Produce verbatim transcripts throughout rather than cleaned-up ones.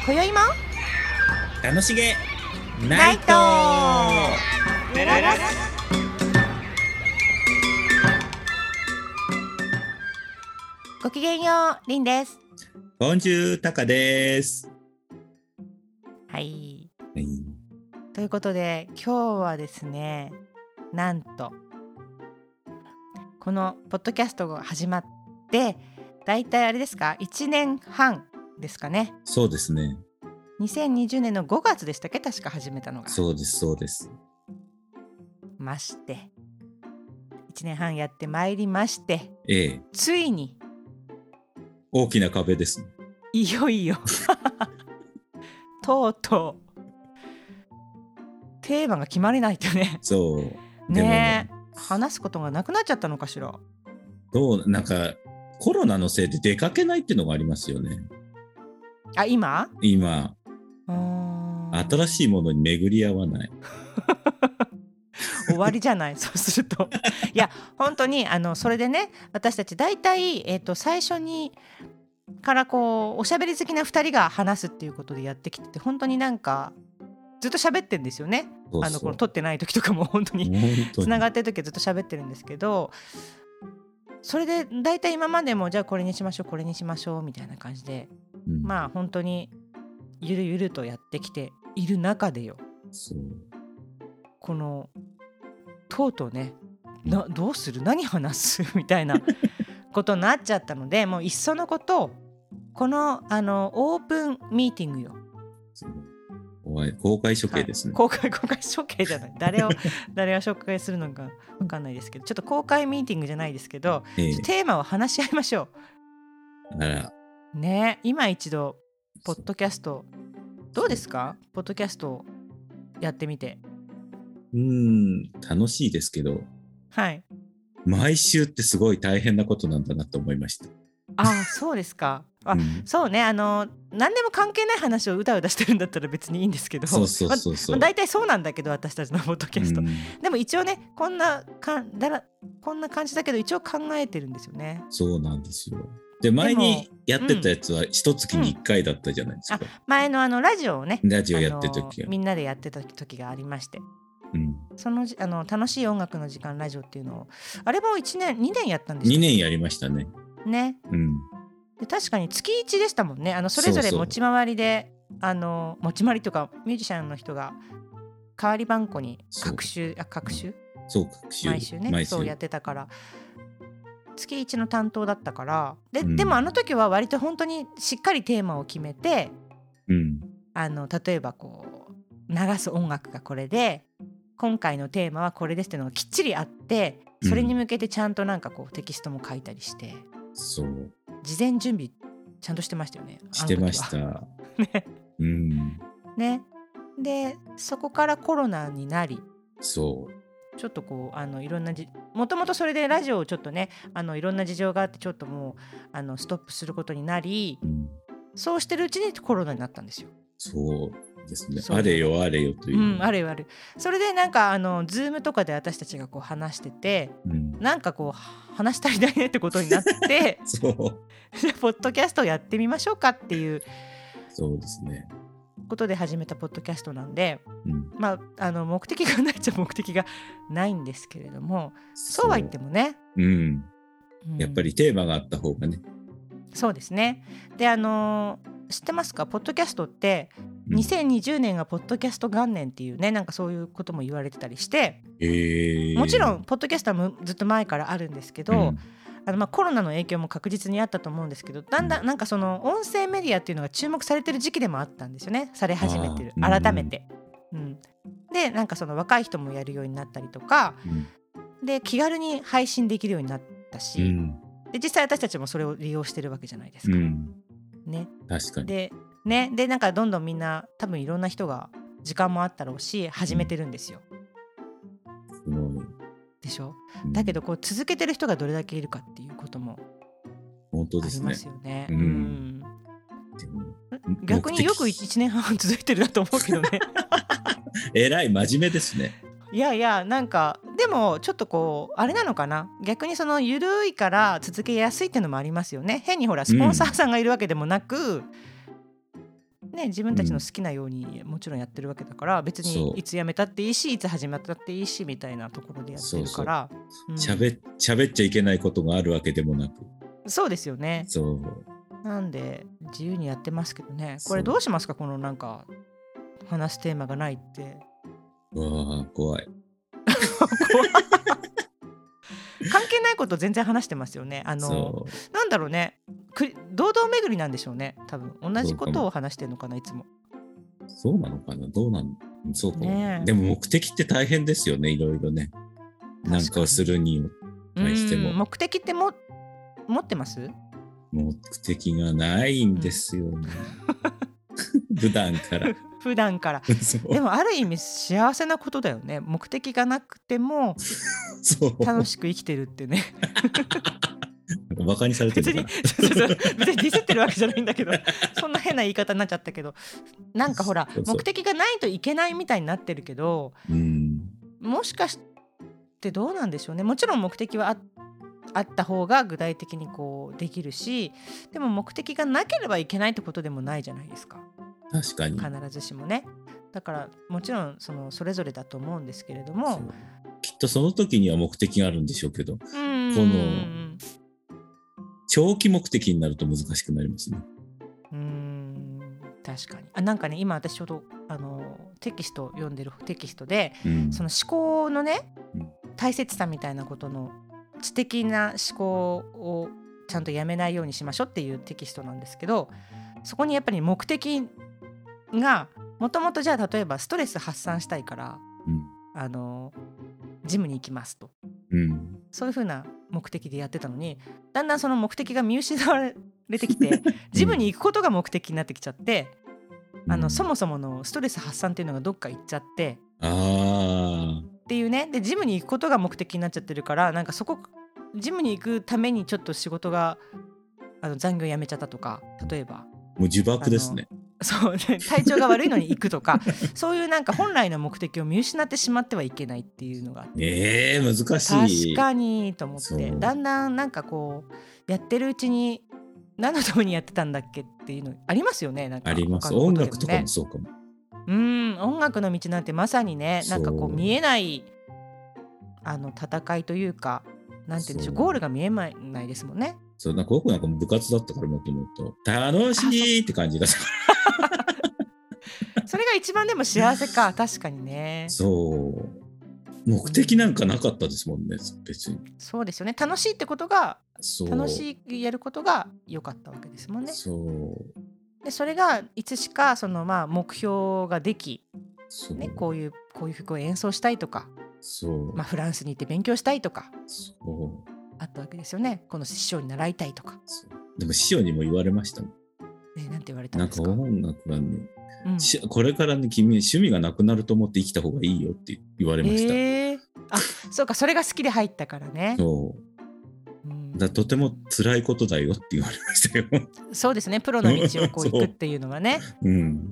今宵も楽しげナイトナイトごきげんよう、りんです。 ボンジュータカです。 はい、 はい、 ということで今日はですね、なんとこのポッドキャストが始まってだいたいあれですか、いちねんはんですかね。 そうですね。 にせんにじゅうねんのごがつでしたっけ、確か始めたのが。 そうですそうです。 ましていちねんはんやってまいりまして、 ええ、 ついに大きな壁ですね。 いよいよとうとうテーマが決まれないとね。 そうねえ、 でも話すことがなくなっちゃったのかしら。 どうなんかコロナのせいで出かけないっていうのがありますよね。 あ、今今うーん新しいものに巡り合わない。 終わりじゃないそうするといや本当にあのそれでね、私たち大体、えー、と最初にからこうおしゃべり好きなふたりが話すっていうことでやってきてて、本当になんかずっと喋ってるんですよね。 そうそうあのこの撮ってない時とかも本当に本当につながってる時はずっと喋ってるんですけど、それで大体今までもじゃあこれにしましょうこれにしましょうみたいな感じで、 うん、 まあ本当にゆるゆるとやってきている中でよ、 そうこのとうとうね、などうする何話すみたいなことになっちゃったので、もういっそのことこのあのオープンミーティングよ。 そうおい公開処刑ですね。 はい、公開公開処刑じゃない、誰を誰を紹介するのか分かんないですけど、ちょっと公開ミーティングじゃないですけど、 ええ、 テーマを話し合いましょあらうね。今一度ポッドキャストどうですか？ポッドキャストやってみて。 うーん楽しいですけど、 はい。 毎週ってすごい大変なことなんだなと思いました。 ああ、そうですか。あ、 うん、 そうね、あの何でも関係ない話をうだうだしてるんだったら別にいいんですけど、 そうそうそうそう。 ままあ、大体そうなんだけど私たちのポッドキャスト、 うん、 でも一応ね、こんなかだらこんな感じだけど一応考えてるんですよね。 そうなんですよ。で前にやってたやつは一月にいっかいだったじゃないですか。 あ、前のあのラジオをね、 ラジオやってる時は、 みんなでやってた時がありまして、 うん、 そのあの楽しい音楽の時間ラジオっていうのをあれもいちねんにねんやったんですよにねんやりましたね。 ね。 うん、 で確かに月いちでしたもんね。あのそれぞれ持ち回りで、そうそう、あの持ち回りとかミュージシャンの人が代わり番号に各週あ各週そう各週毎週ね毎週そうやってたから月いちの担当だったから、で、 うん、 でもあの時は割と本当にしっかりテーマを決めて、 うん、 あの例えばこう流す音楽がこれで今回のテーマはこれですっていうのがきっちりあって、それに向けてちゃんとなんかこうテキストも書いたりして、 そう事前準備ちゃんとしてましたよね。 してました。 ね、 うん、 ね。でそこからコロナになり、 そうちょっとこうあのいろんなじもともとそれでラジオをちょっとね、あのいろんな事情があってちょっともうあのストップすることになり、うん、そうしてるうちにコロナになったんですよ。 そうですね。あれよあれよという、 うん、あれよあれ。それでなんかあのズームとかで私たちがこう話してて、うん、なんかこう話したりないねってことになってそうじゃあポッドキャストをやってみましょうかっていうそうですねことで始めたポッドキャストなんで、 うん、 まああの目的がないっちゃ目的がないんですけれども、そうは言ってもね、 う、うんうん、やっぱりテーマがあった方がね。 そうですね。であの知ってますか、ポッドキャストってにせんにじゅうねんがポッドキャスト元年っていうね、なんかそういうことも言われてたりして、 えー、 もちろんポッドキャストはずっと前からあるんですけど、うん、あのまあコロナの影響も確実にあったと思うんですけど、だんだんなんかその音声メディアっていうのが注目されてる時期でもあったんですよね。され始めてる、改めて、うん、でなんかその若い人もやるようになったりとか、うん、で気軽に配信できるようになったし、うん、で実際私たちもそれを利用してるわけじゃないですか、うん、ね、 確かにでね、でなんかどんどんみんな多分いろんな人が時間もあったろうし始めてるんですよ、 うん、 でしょ、うん、だけどこう続けてる人がどれだけいるかっていうこともありますよね。本当ですね、うんうん、逆によくいちねんはん続いてるなと思うけどねえらい真面目ですね。 いやいや、なんかでもちょっとこうあれなのかな、逆にそのゆるいから続けやすいっていうのもありますよね。変にほらスポンサーさんがいるわけでもなく、うん、 ね、自分たちの好きなようにもちろんやってるわけだから、別にいつ辞めたっていいしいつ始まったっていいしみたいなところでやってるから喋っちゃいけないことがあるわけでもなく。 そうですよね。 そうなんで自由にやってますけどね。これどうしますか、このなんか話すテーマがないって。 うわー怖い関係ないこと全然話してますよね。あのなんだろうね、堂々巡りなんでしょうね。多分同じことを話してるのかな、いつも。 そうなのかな、どうなんそうか、ね、でも目的って大変ですよね、いろいろね。なんかをするに対しても。 目的っても持ってます？ 目的がないんですよね、うん、普段から普段からでもある意味幸せなことだよね。目的がなくても楽しく生きてるってねバカにされてるのかな別にそうそう別にディスってるわけじゃないんだけどそんな変な言い方になっちゃったけど、なんかほらそうそう目的がないといけないみたいになってるけど、うん、もしかしてどうなんでしょうね。もちろん目的は あ, あった方が具体的にこうできるし、でも目的がなければいけないってことでもないじゃないですか。 確かに必ずしもね。だからもちろん そ, のそれぞれだと思うんですけれども、 きっとその時には目的があるんでしょうけど、この長期目的になると難しくなりますね。 うーん確かに。あなんかね今私ちょうどあのテキスト読んでるテキストで、うん、その思考のね、うん、大切さみたいなことの知的な思考をちゃんとやめないようにしましょうっていうテキストなんですけど、そこにやっぱり目的がもともとじゃあ例えばストレス発散したいから、うん、あのジムに行きますと、うん、そういう風な目的でやってたのに、だんだんその目的が見失われてきてジムに行くことが目的になってきちゃって、うん、あのそもそものストレス発散っていうのがどっか行っちゃって、あっていうね。でジムに行くことが目的になっちゃってるから、なんかそこジムに行くためにちょっと仕事があの残業やめちゃったとか、例えばもう呪縛ですね。 そう体調が悪いのに行くとかそういうなんか本来の目的を見失ってしまってはいけないっていうのがえー、難しい。確かにと思って、だんだんなんかこうやってるうちに何のためにやってたんだっけっていうのありますよね。なんかあります。音楽とかもそうかも。 うん音楽の道なんてまさにね、なんかこう見えないあの戦いというか、なんて言うんでしょう、ゴールが見えないですもんね。 そうなんか僕なんか部活だったからもともと楽しいって感じだったそれが一番でも幸せか。確かにね。 そう目的なんかなかったですもんね、うん、別に。 そうですよね。楽しいってことが楽しいやることが良かったわけですもんね。そうでそれがいつしかそのまあ目標ができ、ね、こういうこういう曲を演奏したいとか、そうまあ、フランスに行って勉強したいとかそうあったわけですよね。この師匠に習いたいとか。 でも師匠にも言われましたもん。 えなんて言われたんですか？ なんか音楽がね、うん、これからね君趣味がなくなると思って生きた方がいいよって言われました。 えー、あそうか、それが好きで入ったからね。 そう、うん、だとても辛いことだよって言われましたよ。 そうですね、プロの道をこう行くっていうのはね。う、うん、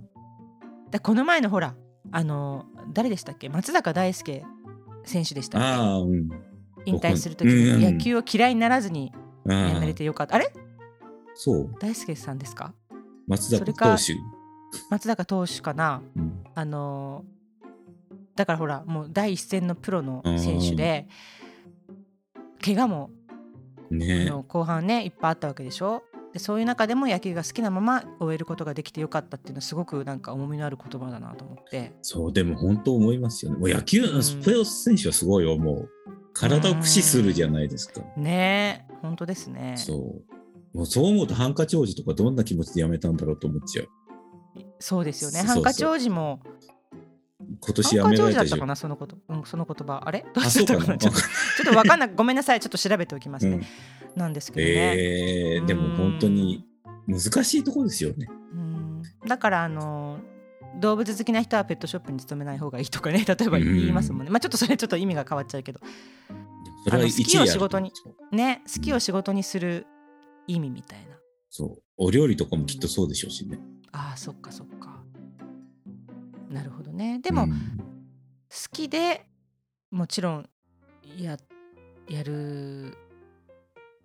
だこの前のほらあの誰でしたっけ、松坂大輔選手でしたっけ。あ、うん、引退するときに野球を嫌いにならずにやめれてよかった。あれそう大輔さんですか？ 松坂投手。 松坂投手かな、うん、あのだからほらもう第一線のプロの選手で怪我も、ね、の後半ねいっぱいあったわけでしょ。でそういう中でも野球が好きなまま終えることができてよかったっていうのはすごくなんか重みのある言葉だなと思って。 そうでも本当思いますよね。もう野球のスポーツ選手はすごいよ、もう体を駆使するじゃないですか。 ねえ本当ですね。 そうもうそう思うとハンカチ王子とかどんな気持ちでやめたんだろうと思っちゃう。 そうですよね。ハンカチ王子も今年やめられたじゃん。ハンカチ王子だったかなそのこと、うん、その言葉あれどうしたかなちょっとちょっと分かんないごめんなさい、ちょっと調べておきますね、うん、なんですけどね、 えー、でも本当に難しいところですよね。 うんだからあの動物好きな人はペットショップに勤めない方がいいとかね、例えば言いますもんね、まあ、ちょっとそれちょっと意味が変わっちゃうけど、それは好きを仕事にね好きを仕事にする意味みたいな。 そうお料理とかもきっとそうでしょうしね、うん、 ああそっかそっかなるほどね。でも、うん、好きでもちろん や, やるや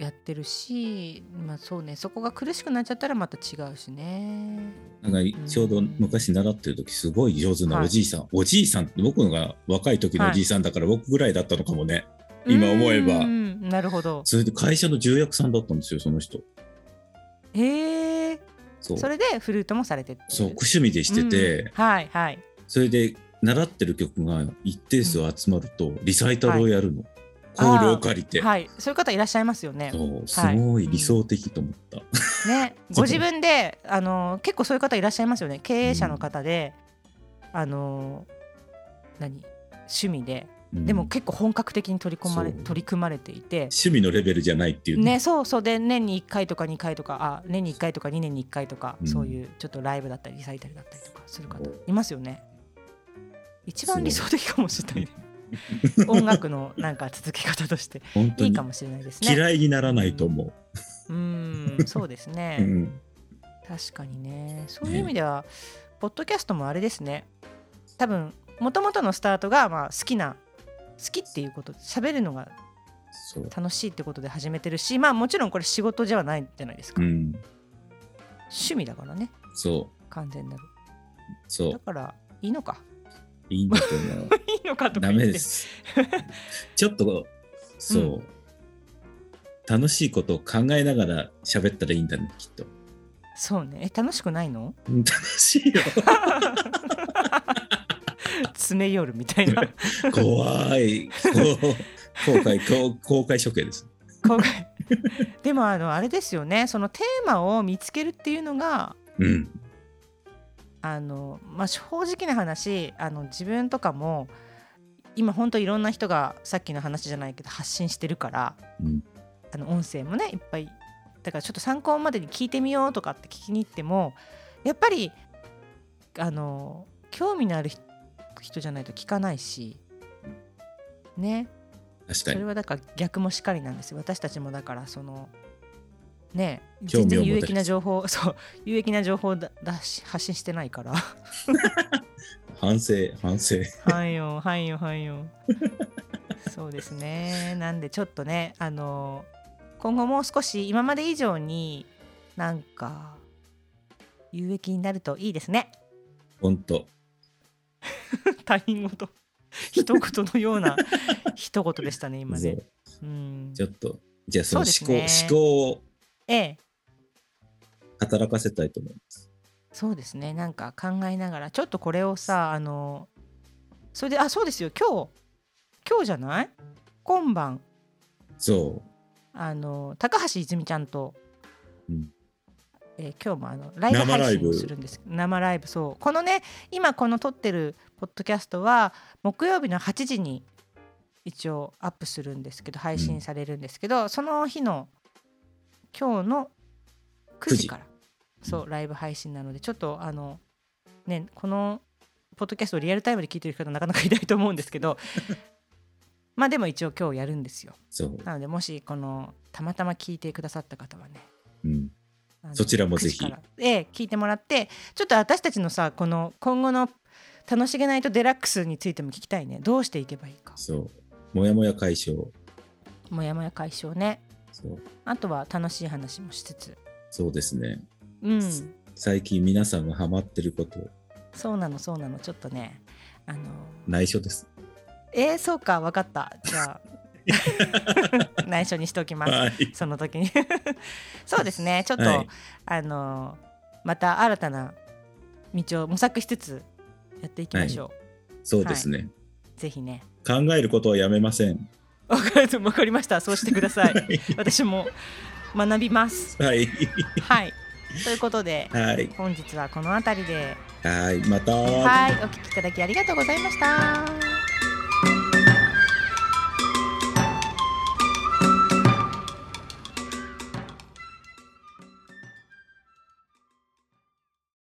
やってるし、まあそうね、そこが苦しくなっちゃったらまた違うしね。 なんかちょうど昔習ってる時すごい上手なおじいさん、はい、おじいさんって僕のが若い時のおじいさんだから僕ぐらいだったのかもね、はい、今思えば。 なるほど。 それで会社の重役さんだったんですよ、その人。 へえ。そう。それでフルートもされてってそう、趣味でしてて、うん、 はいはい。 それで習ってる曲が一定数集まるとリサイタルをやるの、はい、コールを借りて、 はい、そういう方いらっしゃいますよね。 そう、すごい理想的と思った、 うん、ね、ご自分であの結構そういう方いらっしゃいますよね。経営者の方で、うん、あの何趣味で、うん、でも結構本格的に取り込まれ取り組まれていて、 趣味のレベルじゃないっていうね。 ね、そうそうで年にいっかいとかにかいとか、あ年にいっかいとかにねんにいっかいとか、うん、そういうちょっとライブだったりリサイタルだったりとかする方いますよね。一番理想的かもしれないね。音楽のなんか続け方としていいかもしれないですね。 嫌いにならないと思う。 うん、うんそうですね、うん、確かにね。そういう意味では、ね、ポッドキャストもあれですね。多分もともとのスタートがまあ好きな好きっていうことで喋るのが楽しいってことで始めてるし、まあもちろんこれ仕事じゃないじゃないですか、うん、趣味だからね。 そう完全なる。 そうだからいいのか。 いいんだと思う。 いいのかとか言ってダメです。ちょっとそう、うん、楽しいことを考えながら喋ったらいいんだね、きっと。 そうね。え、楽しくないの？ 楽しいよ。 詰め寄るみたいな。 怖い。公開公開処刑です。 公開。でもあのあれですよね。そのテーマを見つけるっていうのが。 うん。 あのまあ、正直な話、あの自分とかも今本当いろんな人がさっきの話じゃないけど発信してるから、うん、あの音声もねいっぱいだからちょっと参考までに聞いてみようとかって聞きに行ってもやっぱりあの興味のある人じゃないと聞かないしね。 確かにそれはだから逆もしかりなんですよ。私たちもだからそのね、全然有益な情報そう有益な情報だだし発信してないから反省反省はいよはいよはいよそうですね。なんでちょっとねあの今後もう少し今まで以上になんか有益になるといいですね。 ほんと他人事一言のような一言でしたね今ね。 うん、ちょっとじゃあその思考、ね、思考をええ、 働かせたいと思います。 そうですね。なんか考えながらちょっとこれをさあのそれであそうですよ今日今日じゃない今晩そうあの高橋泉ちゃんと、 うんえー、今日もあのライブ配信をするんです。生ライブ。そうこのね今この撮ってるポッドキャストは木曜日のはちじに一応アップするんですけど配信されるんですけど、うん、その日の今日のくじからそうライブ配信なのでちょっとあのねこのポッドキャストをリアルタイムで聞いてる方なかなかいないと思うんですけどまあでも一応今日やるんですよ。 そうなのでもしこのたまたま聞いてくださった方はね、 うん、そちらもぜひえ聞いてもらってちょっと私たちのさこの今後の楽しげないとデラックスについても聞きたいね。どうしていけばいいか。 そうもやもや解消もやもや解消ね。 そうあとは楽しい話もしつつ。 そうですね、 うん、 最近皆さんがハマってることそうなのそうなのちょっとねあの内緒です。 えー、そうか分かった。じゃあ内緒にしておきます、はい、その時にそうですねちょっと、はい、あのまた新たな道を模索しつつやっていきましょう、はい、 そうですね、はい、 ぜひね考えることはやめません。 わかりました。そうしてください、はい、私も学びますはい、 はい、ということで、 はい、 本日はこの辺りではいまたはいお聞きいただきありがとうございました。